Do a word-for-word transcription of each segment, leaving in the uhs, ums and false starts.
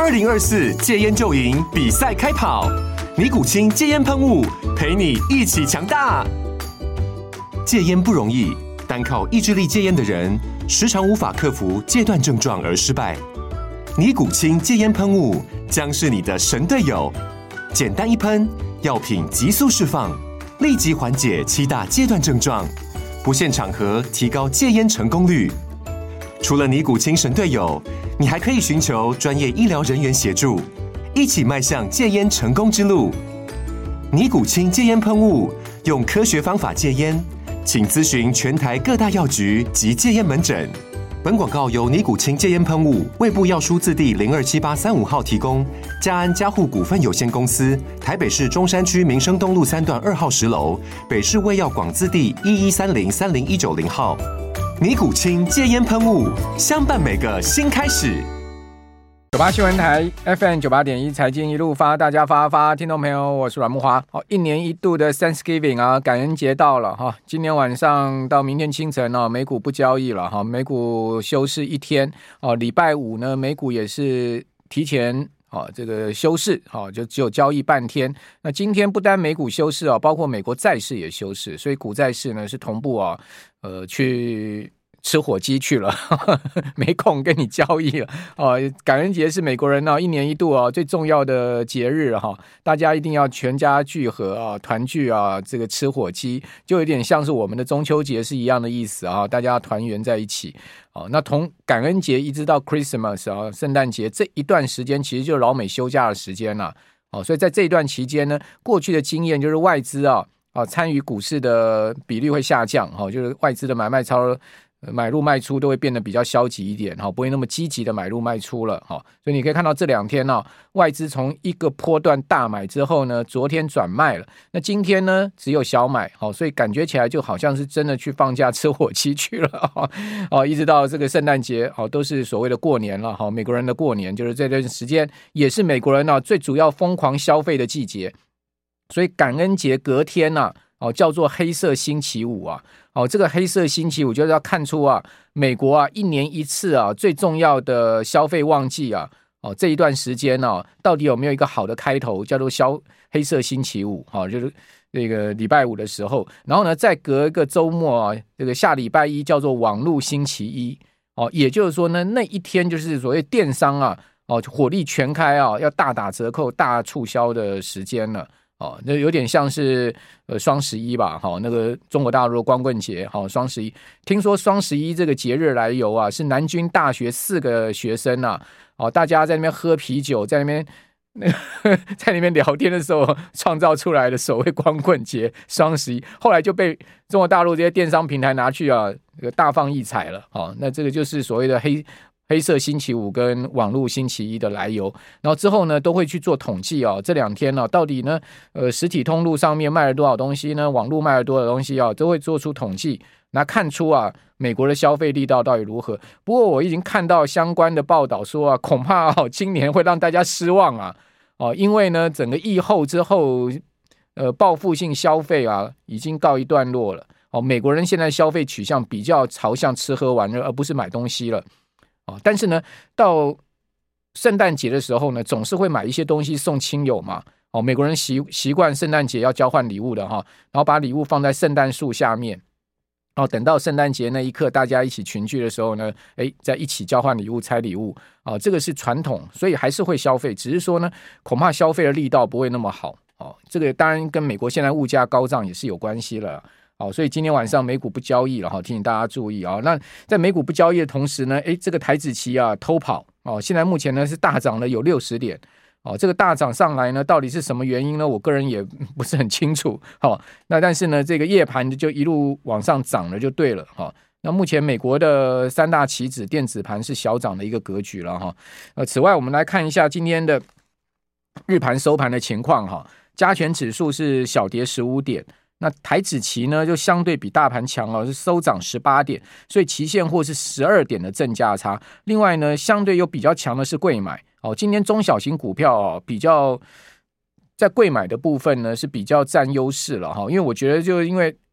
二零二四戒烟就赢比赛开跑，尼古清戒烟喷雾陪你一起强大。戒烟不容易，单靠意志力戒烟的人，时常无法克服戒断症状而失败。尼古清戒烟喷雾将是你的神队友，简单一喷，药品急速释放，立即缓解七大戒断症状，不限场合提高戒烟成功率。除了尼古清神队友，你还可以寻求专业医疗人员协助，一起迈向戒烟成功之路。尼古清戒烟喷雾，用科学方法戒烟，请咨询全台各大药局及戒烟门诊。本广告由尼古清戒烟喷雾、卫部药书字第零二七八三五号提供，嘉安嘉护股份有限公司，台北市中山区民生东路三段二号十楼，北市卫药广字第一一三零三零一九零号。尼古清戒烟喷雾，相伴每个新开始。 九八新闻台 F M 九八点一财经一路发，大家发发，听众朋友，我是阮木华。好，一年一度的 Thanksgiving 啊，感恩节到了哈。今天晚上到明天清晨哦，美股不交易了哈，美股休市一天哦。礼拜五呢，美股也是提前哦，这个休市哦，就只有交易半天。那今天不单美股休市啊，包括美国债市也休市，所以股债市呢是同步啊，呃，去吃火鸡去了，呵呵没空跟你交易了哦。感恩节是美国人呢、哦、一年一度啊、哦、最重要的节日哈、哦，大家一定要全家聚合啊，团聚啊，这个吃火鸡，就有点像是我们的中秋节是一样的意思啊，大家团圆在一起。哦，那从感恩节一直到 Christmas 啊，圣诞节这一段时间，其实就是老美休假的时间了、啊。哦，所以在这一段期间呢，过去的经验就是外资啊啊参与股市的比率会下降，哈、哦，就是外资的买卖超。买入卖出都会变得比较消极一点，不会那么积极的买入卖出了。所以你可以看到这两天外资从一个波段大买之后呢，昨天转卖了，那今天呢只有小买，所以感觉起来就好像是真的去放假吃火鸡去了，一直到这个圣诞节都是所谓的过年了，美国人的过年就是这段时间也是美国人最主要疯狂消费的季节，所以感恩节隔天啊哦，叫做黑色星期五啊，哦，这个黑色星期五就是要看出啊，美国啊一年一次啊最重要的消费旺季啊，哦这一段时间呢、啊，到底有没有一个好的开头，叫做消黑色星期五，哦，就是那个礼拜五的时候，然后呢再隔一个周末啊，这个下礼拜一叫做网络星期一，哦，也就是说呢那一天就是所谓电商啊，哦火力全开啊，要大打折扣、大促销的时间了。哦，那有点像是呃双十一吧，好、哦，那个中国大陆的光棍节，好、哦，双十一。听说双十一这个节日来由啊，是南军大学四个学生啊，哦，大家在那边喝啤酒，在那边那个在那边聊天的时候创造出来的所谓光棍节双十一，后来就被中国大陆这些电商平台拿去啊，这个大放异彩了，哦，那这个就是所谓的黑。黑色星期五跟网络星期一的来由，然后之后呢都会去做统计哦，这两天呢、哦、到底呢呃实体通路上面卖了多少东西呢？网络卖了多少东西啊、哦？都会做出统计，那看出啊美国的消费力道到底如何。不过我已经看到相关的报道说啊，恐怕哦今年会让大家失望啊哦，因为呢整个疫后之后呃报复性消费啊已经告一段落了哦，美国人现在消费取向比较朝向吃喝玩乐，而不是买东西了。哦、但是呢到圣诞节的时候呢总是会买一些东西送亲友嘛、哦、美国人习习惯圣诞节要交换礼物的哈，然后把礼物放在圣诞树下面，然后等到圣诞节那一刻大家一起群聚的时候呢，诶在一起交换礼物拆礼物、哦、这个是传统，所以还是会消费，只是说呢恐怕消费的力道不会那么好、哦、这个当然跟美国现在物价高涨也是有关系了。好，所以今天晚上美股不交易了哈，提醒大家注意啊。那在美股不交易的同时呢，诶，这个台指期啊偷跑哦，现在目前呢是大涨了有六十点哦。这个大涨上来呢，到底是什么原因呢？我个人也不是很清楚。好、哦，那但是呢，这个夜盘就一路往上涨了，就对了哈、哦。那目前美国的三大期指电子盘是小涨的一个格局了哈。呃，此外我们来看一下今天的日盘收盘的情况哈，加权指数是小跌十五点。那台指期呢就相对比大盘强哦，是收涨十八点，所以期现货是十二点的正价差。另外呢相对又比较强的是柜买哦，今天中小型股票哦比较在柜买的部分呢是比较占优势了哈，因为我觉得就因为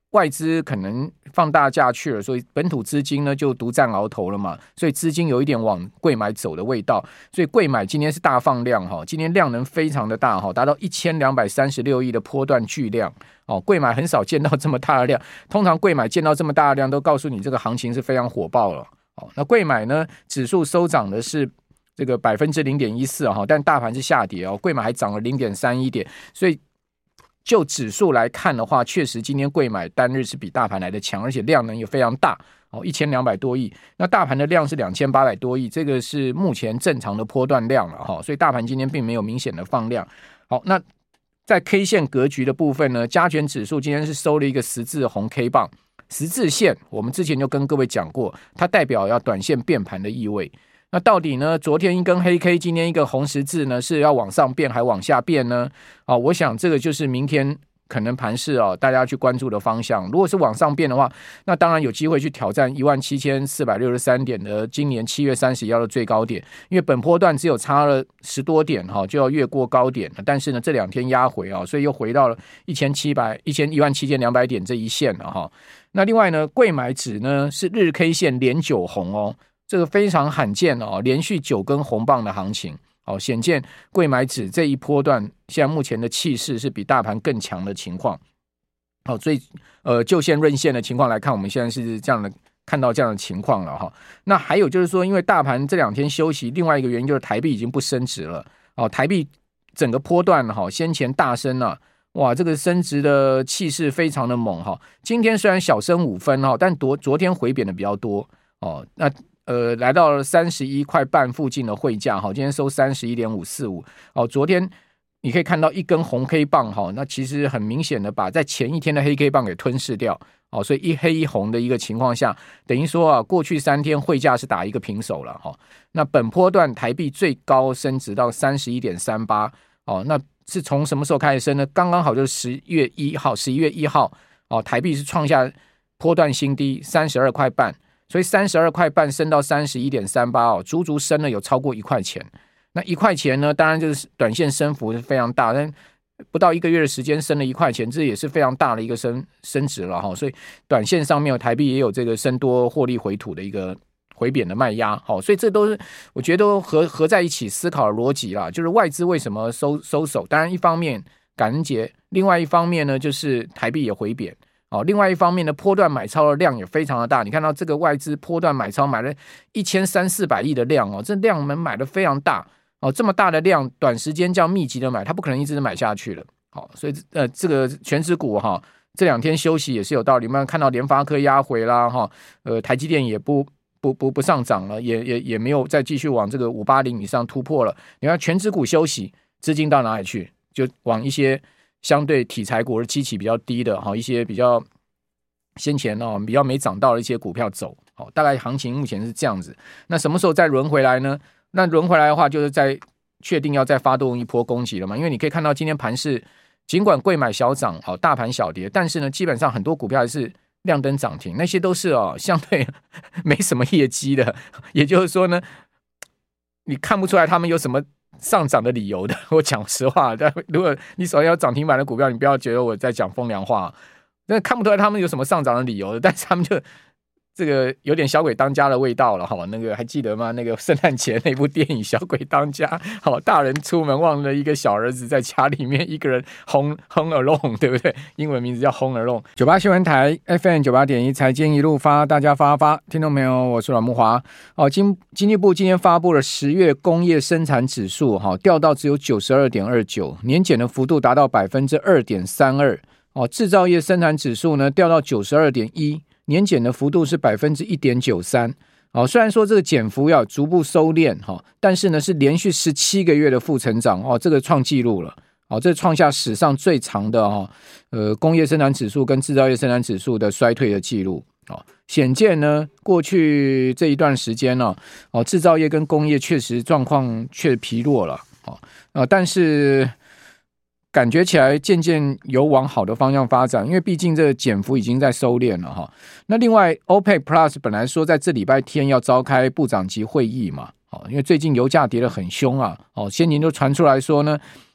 外资可能放大假去了，所以本土资金呢就独占鳌头了嘛，所以资金有一点往贵买走的味道，所以贵买今天是大放量哈，今天量能非常的大哈，达到一千两百三十六亿的波段巨量哦，贵买很少见到这么大的量，通常贵买见到这么大的量都告诉你这个行情是非常火爆了哦。那贵买呢指数收涨的是这个百分之零点一四哈，但大盘是下跌哦，贵买还涨了零点三一点，所以。就指数来看的话，确实今天贵买单日是比大盘来的强，而且量能也非常大哦，一千两百多亿。那大盘的量是两千八百多亿，这个是目前正常的波段量了哈，所以大盘今天并没有明显的放量。好，那在 K 线格局的部分呢，加权指数今天是收了一个十字红 K 棒，十字线我们之前就跟各位讲过，它代表要短线变盘的意味。那到底呢？昨天一根黑 K， 今天一个红十字呢，是要往上变还往下变呢？啊，我想这个就是明天可能盘势啊，大家去关注的方向。如果是往上变的话，那当然有机会去挑战一万七千四百六十三点的今年七月三十一号的最高点，因为本波段只有差了十多点哈，就要越过高点了。但是呢，这两天压回啊，所以又回到了一千七百一千一万七千两百点这一线了哈。那另外呢，贵买指呢是日 K 线连九红哦。这个非常罕见哦，连续九根红棒的行情，哦，显见贵买指这一波段现在目前的气势是比大盘更强的情况。好，所以呃，就线润线的情况来看，我们现在是这样的看到这样的情况了哈。那还有就是说，因为大盘这两天休息，另外一个原因就是台币已经不升值了。哦，台币整个波段哈，先前大升啊，哇，这个升值的气势非常的猛哈。今天虽然小升五分哈，但昨昨天回贬的比较多哦。那呃，来到了三十一块半附近的汇价，今天收三十一点五四五。哦，昨天你可以看到一根红 K 棒，那其实很明显的把在前一天的黑 K 棒给吞噬掉。哦，所以一黑一红的一个情况下，等于说啊，过去三天汇价是打一个平手了哈。那本波段台币最高升值到三十一点三八。哦，那是从什么时候开始升呢？刚刚好就是十月一号，十一月一号，哦，台币是创下波段新低三十二块半。所以三十二块半升到三十一点三八哦，足足升了有超过一块钱。那一块钱呢，当然就是短线升幅是非常大，但不到一个月的时间升了一块钱，这也是非常大的一个升升值了哈。所以短线上面台币也有这个升多获利回吐的一个回贬的卖压，好，所以这都是我觉得都合合在一起思考的逻辑啦。就是外资为什么收收手？当然一方面感恩节，另外一方面呢就是台币也回贬。哦，另外一方面呢，波段买超的量也非常的大。你看到这个外资波段买超买了一千三四百亿的量哦，这量能买的非常大哦，这么大的量，短时间这样密集的买，它不可能一直买下去了。好、哦，所以呃，这个全指股哈、哦，这两天休息也是有道理。我们看到联发科压回啦哈、哦，呃，台积电也不不不不上涨了，也也也没有再继续往这个五百八十以上突破了。你看全指股休息，资金到哪里去？就往一些相对题材股的基期比较低的，一些比较先前比较没涨到的一些股票走，大概行情目前是这样子。那什么时候再轮回来呢？那轮回来的话，就是在确定要再发动一波攻击了嘛。因为你可以看到今天盘市尽管贵买小涨，大盘小跌，但是呢，基本上很多股票还是亮灯涨停，那些都是哦相对没什么业绩的，也就是说呢，你看不出来他们有什么上涨的理由的。我讲实话，但如果你手上有涨停板的股票，你不要觉得我在讲风凉话，那看不出来他们有什么上涨的理由的，但是他们就这个有点小鬼当家的味道了。好，那个还记得吗？那个圣诞节那部电影《小鬼当家》，好，大人出门忘了一个小儿子在家里面一个人 home home alone， 对不对？英文名字叫 home alone。九八新闻台 F M 九八点一财经一路发，大家发发，听众朋友，我是阮慕骅。哦，经经济部今天发布了十月工业生产指数，哈，掉到只有九十二点二九，年减的幅度达到百分之二点三二。哦，制造业生产指数呢掉到九十二点一，年减的幅度是百分之一点九三。哦，虽然说这个减幅要逐步收敛哈、哦，但是呢是连续十七个月的负成长哦，这个创纪录了。哦，这创下史上最长的哈、哦，呃，工业生产指数跟制造业生产指数的衰退的记录。哦，显见呢，过去这一段时间呢、哦，哦，制造业跟工业确实状况确疲弱了。哦，呃，但是感觉起来渐渐有往好的方向发展，因为毕竟这个减幅已经在收敛了哈。那另外 OPEC Plus 本来说在这礼拜天要召开部长级会议嘛，因为最近油价跌得很凶啊，先前就传出来说呢，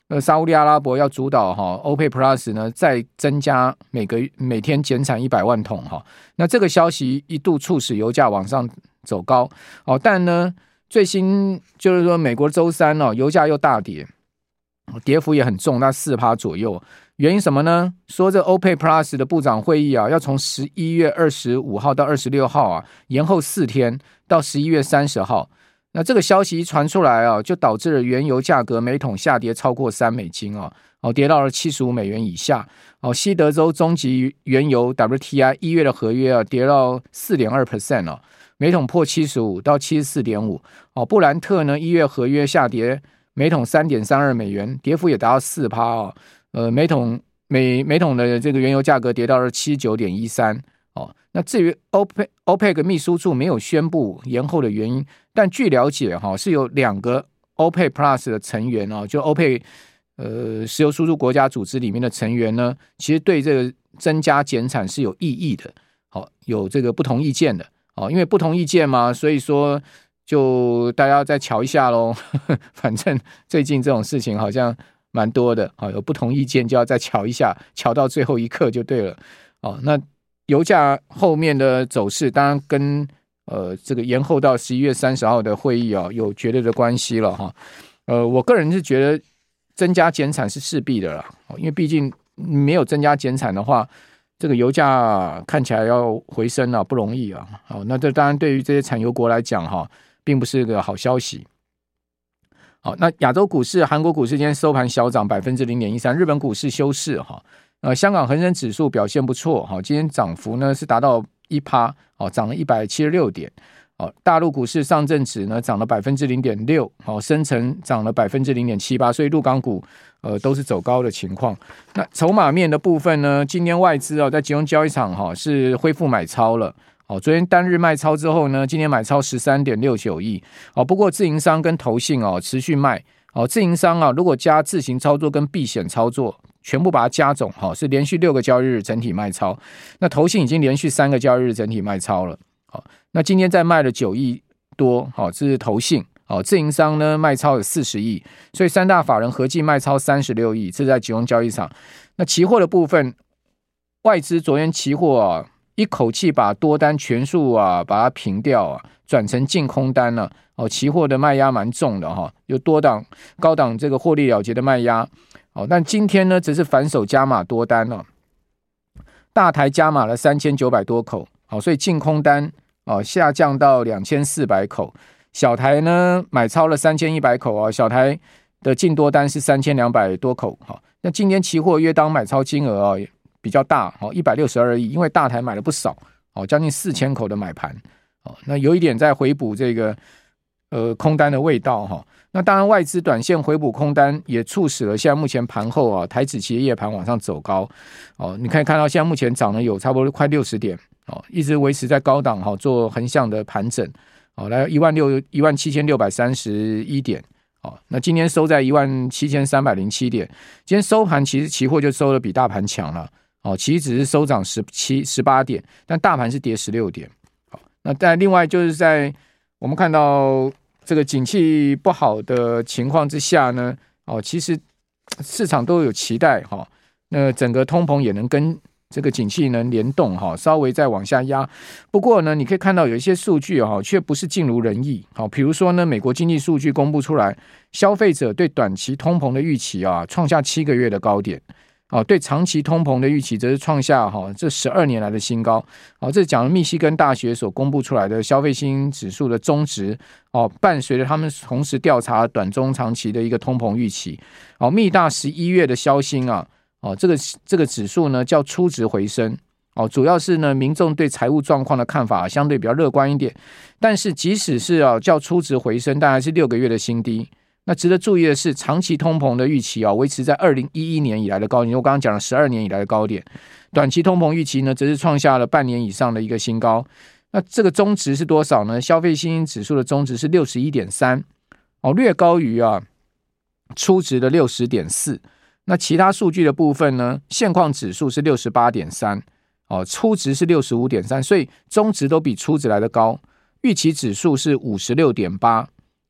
呃，沙烏地阿拉伯要主导哈 OPEC Plus 呢，再增加每个每天减产一百万桶哈。那这个消息一度促使油价往上走高哦，但呢，最新就是说美国周三哦，油价又大跌，跌幅也很重，那 百分之四 左右。原因什么呢？说这 OPEC Plus 的部长会议啊，要从十一月二十五号到二十六号啊，延后四天到十一月三十号。那这个消息一传出来啊，就导致了原油价格每桶下跌超过三美金啊，哦，跌到了七十五美元以下。哦，西德州中级原油 W T I 一月的合约啊，跌到 百分之四点二 哦，每桶破七十五到七十四点五。哦，布兰特呢，一月合约下跌每桶 三点三二美元，跌幅也达到 百分之四 哦。呃，每桶每每桶的这个原油价格跌到了 七十九点一三。哦，那至于 OPEC, OPEC 秘书处没有宣布延后的原因，但据了解哈、哦，是有两个 OPEC Plus 的成员哦，就 OPEC 呃石油输出国家组织里面的成员呢，其实对这个增加减产是有异议的，好、哦，有这个不同意见的哦，因为不同意见嘛，所以说就大家再瞧一下咯反正最近这种事情好像蛮多的，好、哦，有不同意见就要再瞧一下，瞧到最后一刻就对了哦，那。油价后面的走势当然跟呃这个延后到十一月三十号的会议啊有绝对的关系了哈。呃，我个人是觉得增加减产是势必的啦，因为毕竟没有增加减产的话，这个油价看起来要回升啊不容易啊。好，那这当然对于这些产油国来讲哈，并不是个好消息。好，那亚洲股市，韩国股市今天收盘小涨百分之零点一三，日本股市休市哈。呃，香港恒生指数表现不错，哈，今天涨幅呢是达到 百分之一， 哦，涨了一百七十六点，哦，大陆股市上证指呢涨了 百分之零点六， 哦，深成涨了 百分之零点七八， 所以陆港股呃都是走高的情况。那筹码面的部分呢，今天外资哦在集中交易场哈、哦、是恢复买超了，哦，昨天单日卖超之后呢，今天买超 十三点六九亿，哦，不过自营商跟投信哦持续卖，哦，自营商啊如果加自行操作跟避险操作。全部把它加总，是连续六个交易日整体卖超，那投信已经连续三个交易日整体卖超了，那今天再卖了九亿多，这是投信，自营商呢卖超有四十亿，所以三大法人合计卖超三十六亿，这是在集中交易场。那期货的部分，外资昨天期货啊一口气把多单全数啊把它平掉啊，转成净空单了、啊。哦，期货的卖压蛮重的哈，有多档高档这个获利了结的卖压。哦，但今天呢，只是反手加码多单哦，大台加码了三千九百多口，好、哦，所以净空单哦下降到两千四百口，小台呢买超了三千一百口哦，小台的净多单是三千两百多口，好、哦，那今天期货约当买超金额哦比较大，哦一百六十二亿，因为大台买了不少，哦将近四千口的买盘，哦，那有一点在回补这个。呃，空单的味道哈，那当然外资短线回补空单，也促使了现在目前盘后啊，台指期夜盘往上走高哦。你可以看到现在目前涨了有差不多快六十点哦，一直维持在高档哈，做横向的盘整哦，来一万六一万七千六百三十一点哦。那今天收在一万七千三百零七点，今天收盘其实期货就收的比大盘强了哦，其实只是收涨十七十八点，但大盘是跌十六点。好，那但另外就是在我们看到。这个景气不好的情况之下呢，哦，其实市场都有期待哈、哦，那整个通膨也能跟这个景气能联动哈、哦，稍微再往下压。不过呢，你可以看到有一些数据哈、哦，却不是尽如人意。好、哦，比如说呢，美国经济数据公布出来，消费者对短期通膨的预期啊，创下七个月的高点。哦，对长期通膨的预期则是创下哈、哦、这十二年来的新高。哦，这讲了密西根大学所公布出来的消费信心指数的中值哦，伴随着他们同时调查短中长期的一个通膨预期。哦，密大十一月的消息啊，哦，这个这个指数呢叫初值回升。哦，主要是呢民众对财务状况的看法相对比较乐观一点。但是即使是啊叫初值回升，但还是六个月的新低。那值得注意的是，长期通膨的预期啊，维持在二零一一年以来的高点。我刚刚讲了十二年以来的高点，短期通膨预期呢，则是创下了半年以上的一个新高。那这个中值是多少呢？消费信心指数的中值是 六十一点三， 哦，略高于啊初值的 六十点四。那其他数据的部分呢，现况指数是 六十八点三， 哦，初值是 六十五点三， 所以中值都比初值来的高。预期指数是 五十六点八。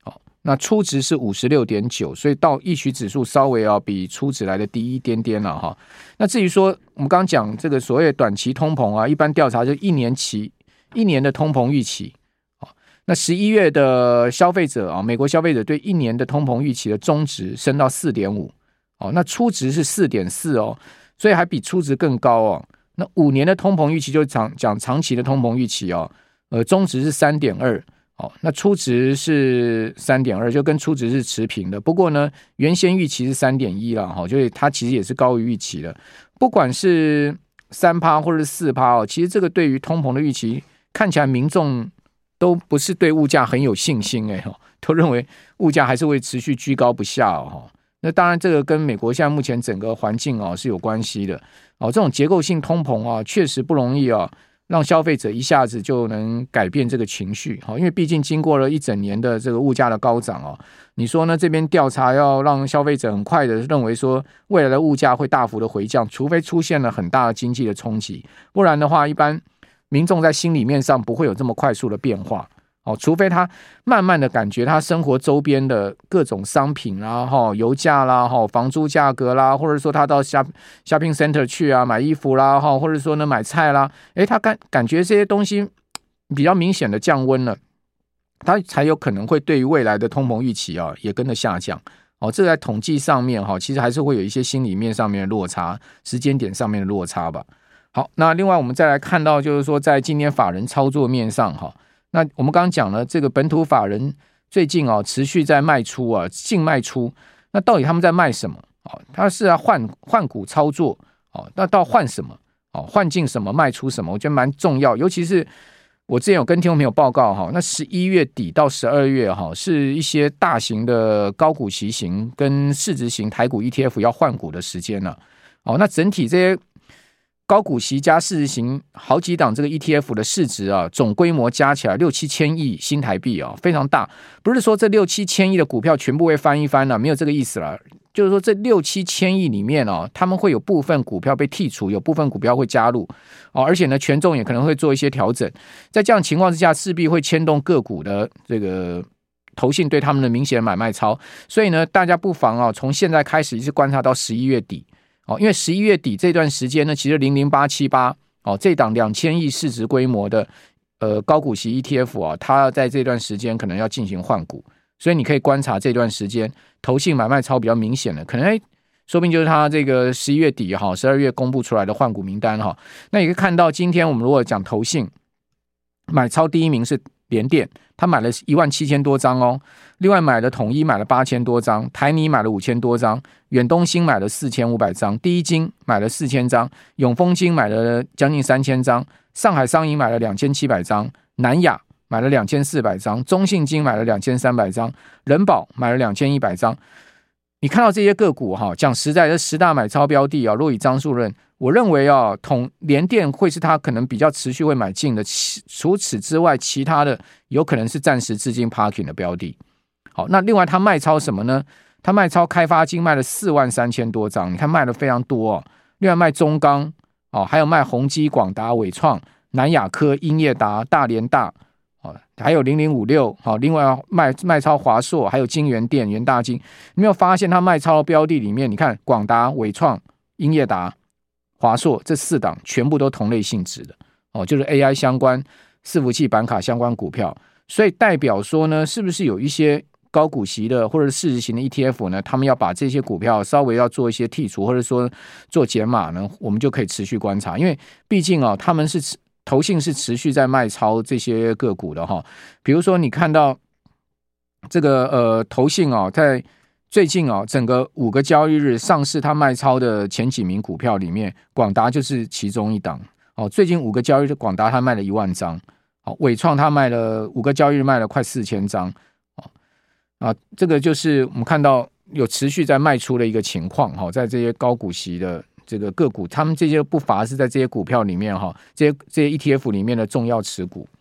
那初值是 五十六点九， 所以到预期指数稍微要比初值来的低一点点了哈。那至于说我们刚刚讲这个所谓短期通膨啊，一般调查就一年期一年的通膨预期。那十一月的消费者啊，美国消费者对一年的通膨预期的中值升到 四点五， 哦，那初值是 四点四 哦，所以还比初值更高哦。那五年的通膨预期就讲讲长期的通膨预期哦，呃，中值是 三点二， 哦，那初值是 三点二， 就跟初值是持平的。不过呢，原先预期是 三点一 啦，哈，就是它其实也是高于预期的。不管是 百分之三 或者是 百分之四 哦，其实这个对于通膨的预期，看起来民众都不是对物价很有信心哎，都认为物价还是会持续居高不下哦。那当然，这个跟美国现在目前整个环境哦是有关系的哦。这种结构性通膨啊，确实不容易啊，让消费者一下子就能改变这个情绪哦。因为毕竟经过了一整年的这个物价的高涨哦，你说呢？这边调查要让消费者很快的认为说未来的物价会大幅的回降，除非出现了很大的经济的冲击，不然的话，一般民众在心里面上不会有这么快速的变化哦，除非他慢慢的感觉他生活周边的各种商品啦、哦、油价啦、哦、房租价格啦，或者说他到 shopping center 去啊买衣服啦、哦、或者说呢买菜啦，诶他感感觉这些东西比较明显的降温了，他才有可能会对于未来的通膨预期啊也跟着下降哦。这个在统计上面哈，其实还是会有一些心理面上面的落差，时间点上面的落差吧。好，那另外我们再来看到，就是说在今年法人操作面上哈，那我们刚刚讲了，这个本土法人最近啊持续在卖出啊，净卖出。那到底他们在卖什么？哦，他是要换换股操作哦，那到换什么？哦，换进什么卖出什么？我觉得蛮重要，尤其是我之前有跟听众朋友报告哈，那十一月底到十二月哈，是一些大型的高股息型跟市值型台股 E T F 要换股的时间了。哦，那整体这些高股息加市值型好几档这个 E T F 的市值啊，总规模加起来六七千亿新台币啊，非常大。不是说这六七千亿的股票全部会翻一翻了、啊，没有这个意思了。就是说这六七千亿里面啊，他们会有部分股票被剔除，有部分股票会加入哦，而且呢，权重也可能会做一些调整。在这样情况之下，势必会牵动个股的这个投信对他们的明显买卖超。所以呢，大家不妨啊，从现在开始一直观察到十一月底。哦，因为十一月底这段时间呢，其实零零八七八哦，这档两千亿市值规模的呃高股息 E T F 啊，它在这段时间可能要进行换股，所以你可以观察这段时间投信买卖超比较明显的，可能哎，说不定就是它这个十一月底哈，十二月公布出来的换股名单哈。那也可以看到，今天我们如果讲投信买超第一名是联电，他买了一万七千多张哦。另外买了统一买了八千多张，台泥买了五千多张，远东新买了四千五百张，第一金买了四千张，永丰金买了将近三千张，上海商银买了两千七百张，南亚买了两千四百张，中信金买了两千三百张，人保买了两千一百张。你看到这些个股哈，讲实在的，十大买超标的啊，若以张数论，我认为啊，统联电会是他可能比较持续会买进的。除此之外，其他的有可能是暂时资金 parking 的标的。好，那另外他卖超什么呢？他卖超开发金卖了四万三千多张，你看卖的非常多哦。另外卖中钢哦，还有卖宏基、广达、伟创、南亚科、英业达、大联大。还有零零五六，另外卖卖超华硕，还有金源电、元大金，你没有发现它卖超的标的里面，你看广达、伟创、英业达、华硕这四档全部都同类性质的哦，就是 A I 相关、伺服器板卡相关股票，所以代表说呢，是不是有一些高股息的或者市值型的 E T F 呢？他们要把这些股票稍微要做一些剔除，或者说做减码呢？我们就可以持续观察，因为毕竟啊、哦，他们是投信是持续在卖超这些个股的哈，比如说你看到这个呃投信哦，在最近哦整个五个交易日上市，它卖超的前几名股票里面，广达就是其中一档哦。最近五个交易日，广达它卖了一万张，哦，伟创它卖了五个交易日卖了快四千张哦啊，这个就是我们看到有持续在卖出的一个情况哈，在这些高股息的。这个个股，他们这些不乏是在这些股票里面哈，这些这些 E T F 里面的重要持股